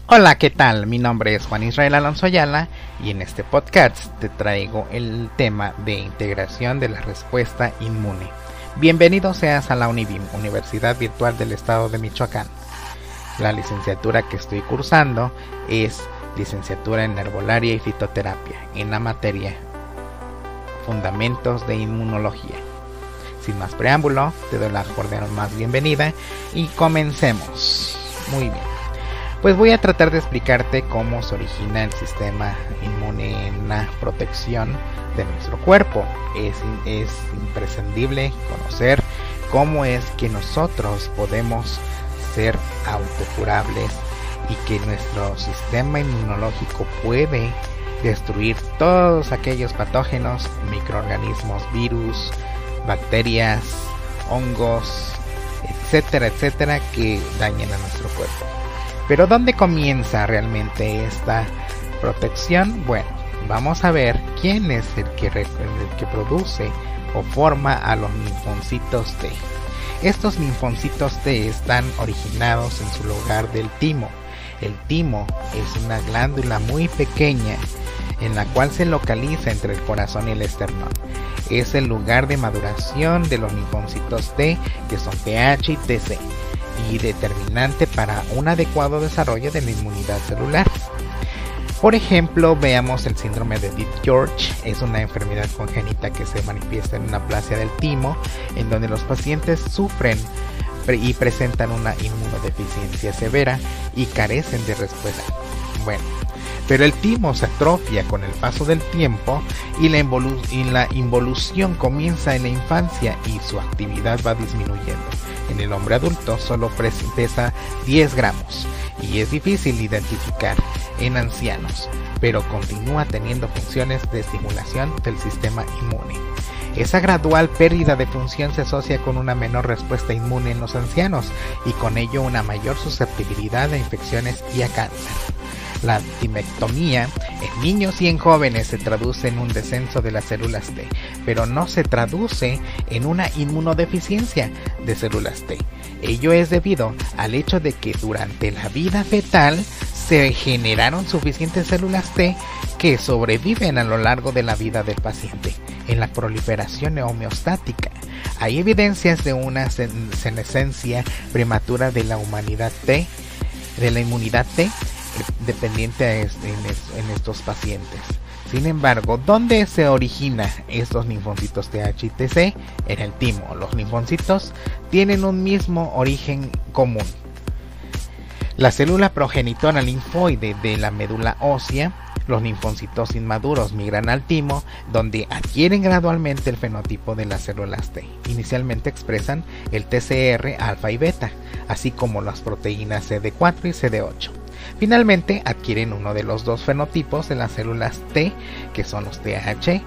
Hola, ¿qué tal? Mi nombre es Juan Israel Alonso Ayala y en este podcast te traigo el tema de integración de la respuesta inmune. Bienvenido seas a la UNIVIM, Universidad Virtual del Estado de Michoacán. La licenciatura que estoy cursando es licenciatura en Herbolaria y Fitoterapia, en la materia Fundamentos de Inmunología. Sin más preámbulo, te doy la cordial más bienvenida y comencemos. Muy bien. Pues voy a tratar de explicarte cómo se origina el sistema inmune en la protección de nuestro cuerpo. Es imprescindible conocer cómo es que nosotros podemos ser autocurables y que nuestro sistema inmunológico puede destruir todos aquellos patógenos, microorganismos, virus, bacterias, hongos, etcétera, que dañen a nuestro cuerpo. Pero ¿dónde comienza realmente esta protección? Bueno, vamos a ver quién es el que produce o forma a los linfoncitos T. Estos linfoncitos T están originados en su lugar del timo. El timo es una glándula muy pequeña en la cual se localiza entre el corazón y el esternón. Es el lugar de maduración de los linfocitos T, que son TH y TC, y determinante para un adecuado desarrollo de la inmunidad celular. Por ejemplo, veamos el síndrome de Deep-George. Es una enfermedad congénita que se manifiesta en una aplasia del timo, en donde los pacientes sufren y presentan una inmunodeficiencia severa y carecen de respuesta. Bueno, pero el timo se atrofia con el paso del tiempo y la involución comienza en la infancia y su actividad va disminuyendo. En el hombre adulto solo pesa 10 gramos y es difícil identificar en ancianos, pero continúa teniendo funciones de estimulación del sistema inmune. Esa gradual pérdida de función se asocia con una menor respuesta inmune en los ancianos y con ello una mayor susceptibilidad a infecciones y a cáncer. La timectomía en niños y en jóvenes se traduce en un descenso de las células T, pero no se traduce en una inmunodeficiencia de células T. Ello es debido al hecho de que durante la vida fetal se generaron suficientes células T que sobreviven a lo largo de la vida del paciente en la proliferación homeostática. Hay evidencias de una senescencia prematura de la inmunidad T dependiente en estos pacientes. Sin embargo, ¿dónde se originan estos linfocitos TH y TC? En el timo. Los linfocitos tienen un mismo origen común. La célula progenitora linfoide de la médula ósea. Los linfocitos inmaduros migran al timo, donde adquieren gradualmente el fenotipo de las células T. Inicialmente expresan el TCR alfa y beta, así como las proteínas CD4 y CD8. Finalmente adquieren uno de los dos fenotipos de las células T, que son los TH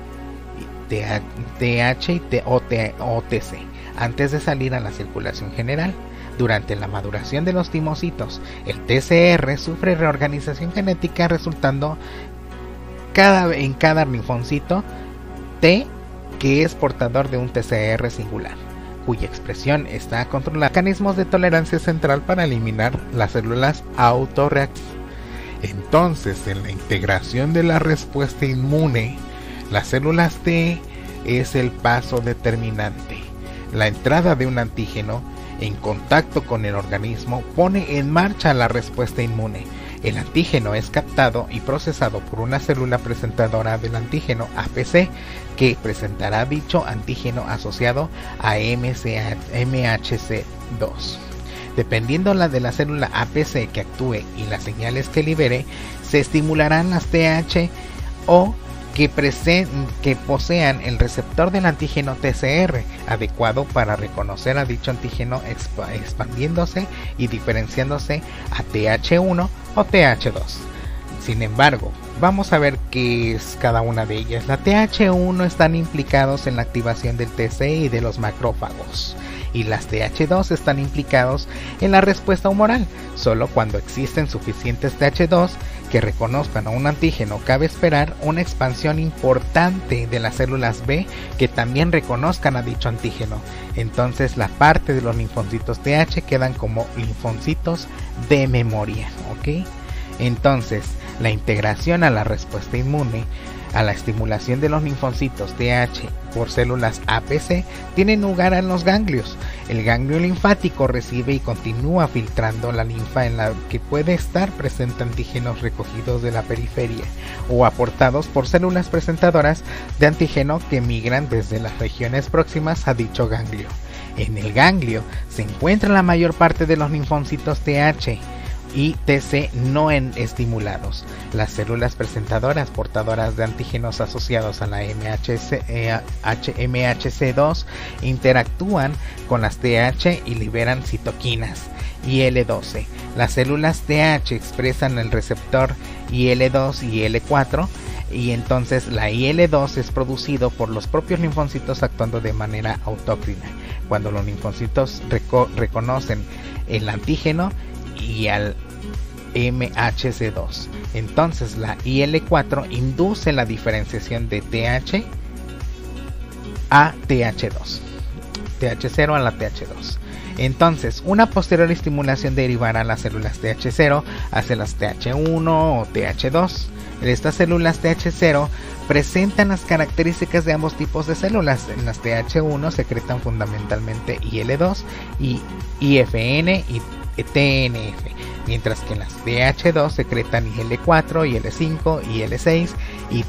o TC, antes de salir a la circulación general. Durante la maduración de los timocitos, el TCR sufre reorganización genética, resultando en cada linfocito T que es portador de un TCR singular, cuya expresión está controlada. Mecanismos de tolerancia central para eliminar las células autorreactivas. Entonces, en la integración de la respuesta inmune, las células T es el paso determinante. La entrada de un antígeno en contacto con el organismo pone en marcha la respuesta inmune. El antígeno es captado y procesado por una célula presentadora del antígeno APC, que presentará dicho antígeno asociado a MHC2. Dependiendo de la célula APC que actúe y las señales que libere, se estimularán las TH o que posean el receptor del antígeno TCR adecuado para reconocer a dicho antígeno expandiéndose y diferenciándose a TH1 o TH2. Sin embargo, vamos a ver qué es cada una de ellas. La TH1 están implicados en la activación del TC y de los macrófagos, y las TH2 están implicados en la respuesta humoral. Solo cuando existen suficientes TH2 que reconozcan a un antígeno, cabe esperar una expansión importante de las células B que también reconozcan a dicho antígeno. Entonces la parte de los linfocitos TH quedan como linfocitos de memoria, ¿ok? Entonces, la integración a la respuesta inmune a la estimulación de los linfocitos TH por células APC tiene lugar en los ganglios. El ganglio linfático recibe y continúa filtrando la linfa en la que puede estar presente antígenos recogidos de la periferia o aportados por células presentadoras de antígeno que migran desde las regiones próximas a dicho ganglio. En el ganglio se encuentra la mayor parte de los linfocitos TH y TC no estimulados. Las células presentadoras portadoras de antígenos asociados a la MHC2 interactúan con las TH y liberan citoquinas IL-12. Las células TH expresan el receptor IL-2 y IL-4 y entonces la IL-2 es producido por los propios linfocitos actuando de manera autócrina. Cuando los linfocitos reconocen el antígeno y al MHC2, entonces la IL-4 induce la diferenciación de TH a TH2, TH0 a la TH2. Entonces, una posterior estimulación derivará las células TH0 hacia las TH1 o TH2. Estas células TH0 presentan las características de ambos tipos de células. En las TH1 secretan fundamentalmente IL-2 y IFN y TNF, mientras que en las TH2 secretan IL-4, IL-5, IL-6 y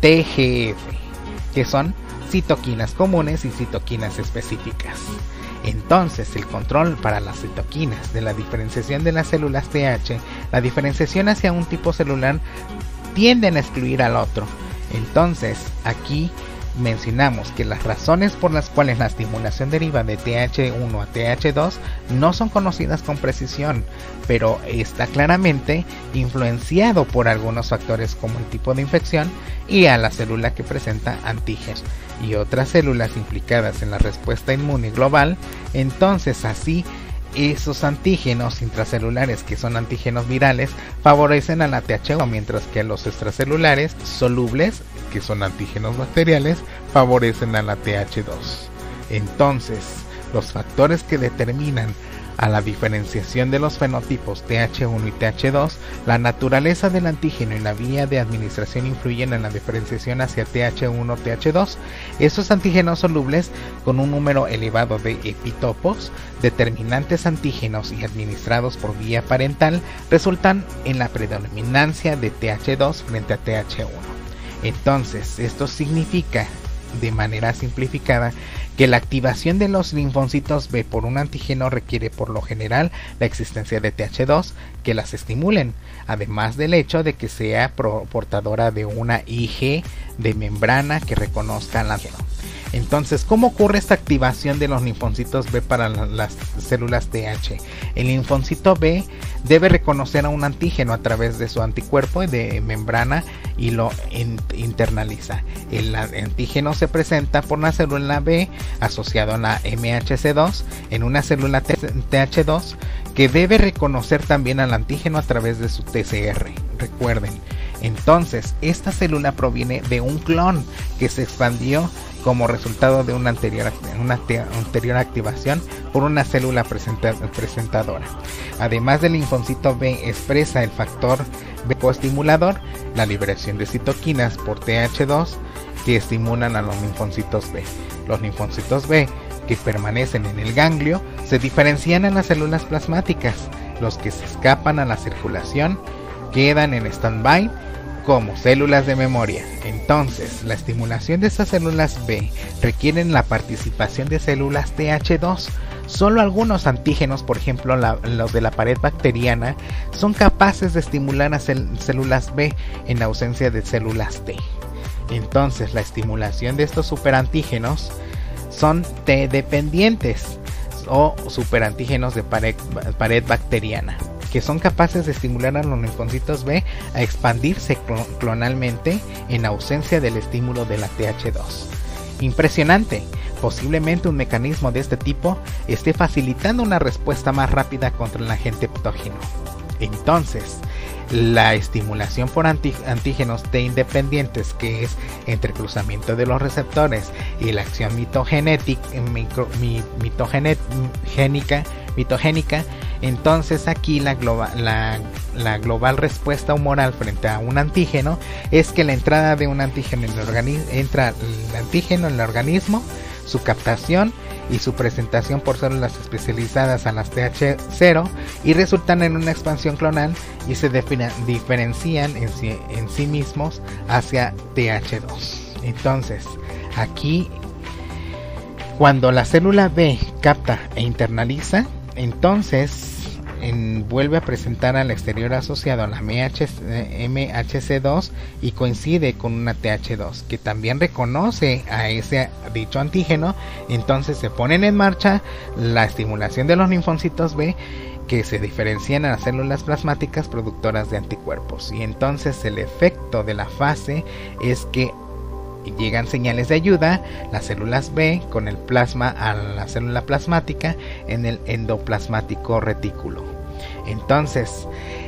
TGF, que son citoquinas comunes y citoquinas específicas. Entonces, el control para las citoquinas de la diferenciación de las células TH, la diferenciación hacia un tipo celular tienden a excluir al otro. Entonces, aquí mencionamos que las razones por las cuales la estimulación deriva de TH1 a TH2 no son conocidas con precisión, pero está claramente influenciado por algunos factores como el tipo de infección y a la célula que presenta antígenos y otras células implicadas en la respuesta inmune global. Entonces, así esos antígenos intracelulares, que son antígenos virales, favorecen a la TH1, mientras que los extracelulares solubles, que son antígenos bacteriales, favorecen a la TH2. Entonces, los factores que determinan a la diferenciación de los fenotipos TH1 y TH2, la naturaleza del antígeno y la vía de administración influyen en la diferenciación hacia TH1 TH2. Estos antígenos solubles con un número elevado de epitopos, determinantes antígenos y administrados por vía parental, resultan en la predominancia de TH2 frente a TH1. Entonces, esto significa, de manera simplificada, que la activación de los linfocitos B por un antígeno requiere por lo general la existencia de TH2 que las estimulen, además del hecho de que sea portadora de una IG de membrana que reconozca al antígeno. Entonces, ¿cómo ocurre esta activación de los linfocitos B para las células TH? El linfocito B debe reconocer a un antígeno a través de su anticuerpo de membrana y lo internaliza. El antígeno se presenta por una célula B asociado a la MHC2 en una célula TH2 que debe reconocer también al antígeno a través de su TCR. Recuerden, entonces esta célula proviene de un clon que se expandió como resultado de una anterior activación por una célula presentadora. Además del linfocito B expresa el factor B coestimulador, la liberación de citoquinas por TH2 que estimulan a los linfocitos B. Los linfocitos B que permanecen en el ganglio se diferencian en las células plasmáticas. Los que se escapan a la circulación quedan en stand-by como células de memoria. Entonces, la estimulación de estas células B requieren la participación de células TH2. Solo algunos antígenos, por ejemplo los de la pared bacteriana, son capaces de estimular a células B en ausencia de células T. Entonces, la estimulación de estos superantígenos son T dependientes o superantígenos de pared bacteriana, que son capaces de estimular a los linfocitos B a expandirse clonalmente en ausencia del estímulo de la TH2. Impresionante. Posiblemente un mecanismo de este tipo esté facilitando una respuesta más rápida contra el agente patógeno. Entonces, la estimulación por antígenos T independientes, que es entrecruzamiento de los receptores, y la acción mitogénica Entonces aquí la global respuesta humoral frente a un antígeno es que la entrada de un antígeno en el organismo, entra el antígeno en el organismo, su captación y su presentación por células especializadas a las TH0 y resultan en una expansión clonal y se diferencian en sí mismos hacia TH2. Entonces, aquí cuando la célula B capta e internaliza, entonces vuelve a presentar al exterior asociado a la MHC2 y coincide con una TH2 que también reconoce a ese dicho antígeno. Entonces se ponen en marcha la estimulación de los linfocitos B que se diferencian a las células plasmáticas productoras de anticuerpos, y entonces el efecto de la fase es que llegan señales de ayuda, las células B con el plasma a la célula plasmática en el endoplasmático retículo. Entonces,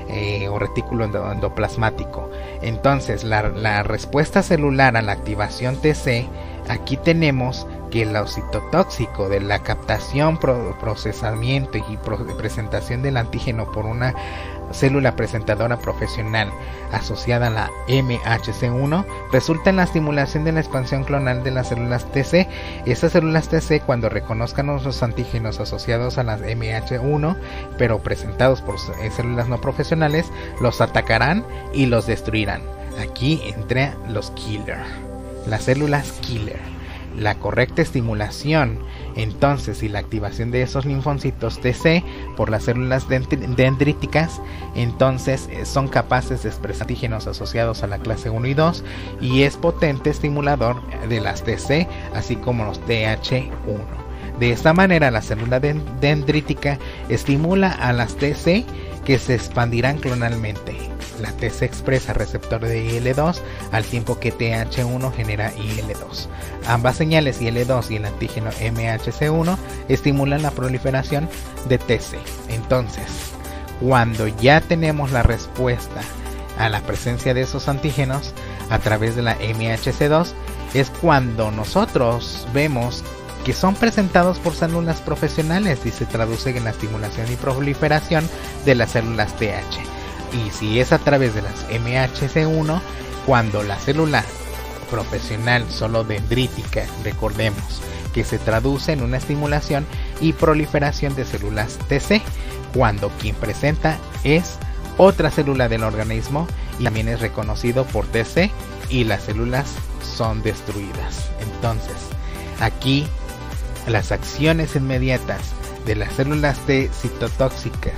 o retículo endoplasmático. Entonces, la respuesta celular a la activación TC, aquí tenemos que el citotóxico de la captación, procesamiento y presentación del antígeno por una célula presentadora profesional asociada a la MHC1 resulta en la estimulación de la expansión clonal de las células TC. Estas células TC, cuando reconozcan los antígenos asociados a las MH1 pero presentados por células no profesionales, los atacarán y los destruirán. Aquí entran los killer, las células killer. La correcta estimulación entonces y la activación de esos linfocitos TC por las células dendríticas, entonces son capaces de expresar antígenos asociados a la clase 1 y 2 y es potente estimulador de las TC así como los TH1. De esta manera la célula dendrítica estimula a las TC que se expandirán clonalmente. La TC expresa receptor de IL-2 al tiempo que TH1 genera IL-2. Ambas señales, IL-2 y el antígeno MHC1, estimulan la proliferación de TC. Entonces, cuando ya tenemos la respuesta a la presencia de esos antígenos a través de la MHC2, es cuando nosotros vemos que son presentados por células profesionales y se traduce en la estimulación y proliferación de las células TH. Y si es a través de las MHC1, cuando la célula profesional solo dendrítica, recordemos que se traduce en una estimulación y proliferación de células TC, cuando quien presenta es otra célula del organismo y también es reconocido por TC y las células son destruidas. Entonces, aquí las acciones inmediatas de las células T citotóxicas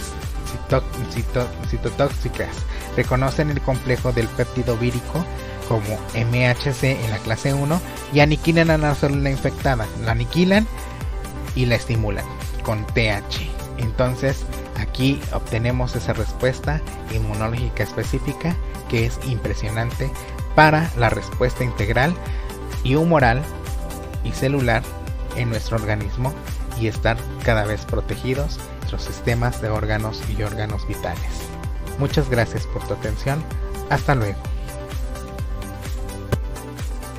reconocen el complejo del péptido vírico como MHC en la clase 1 y aniquilan a la célula infectada, la aniquilan y la estimulan con TH. Entonces aquí obtenemos esa respuesta inmunológica específica que es impresionante para la respuesta integral y humoral y celular en nuestro organismo y estar cada vez protegidos nuestros sistemas de órganos y órganos vitales. Muchas gracias por tu atención. Hasta luego.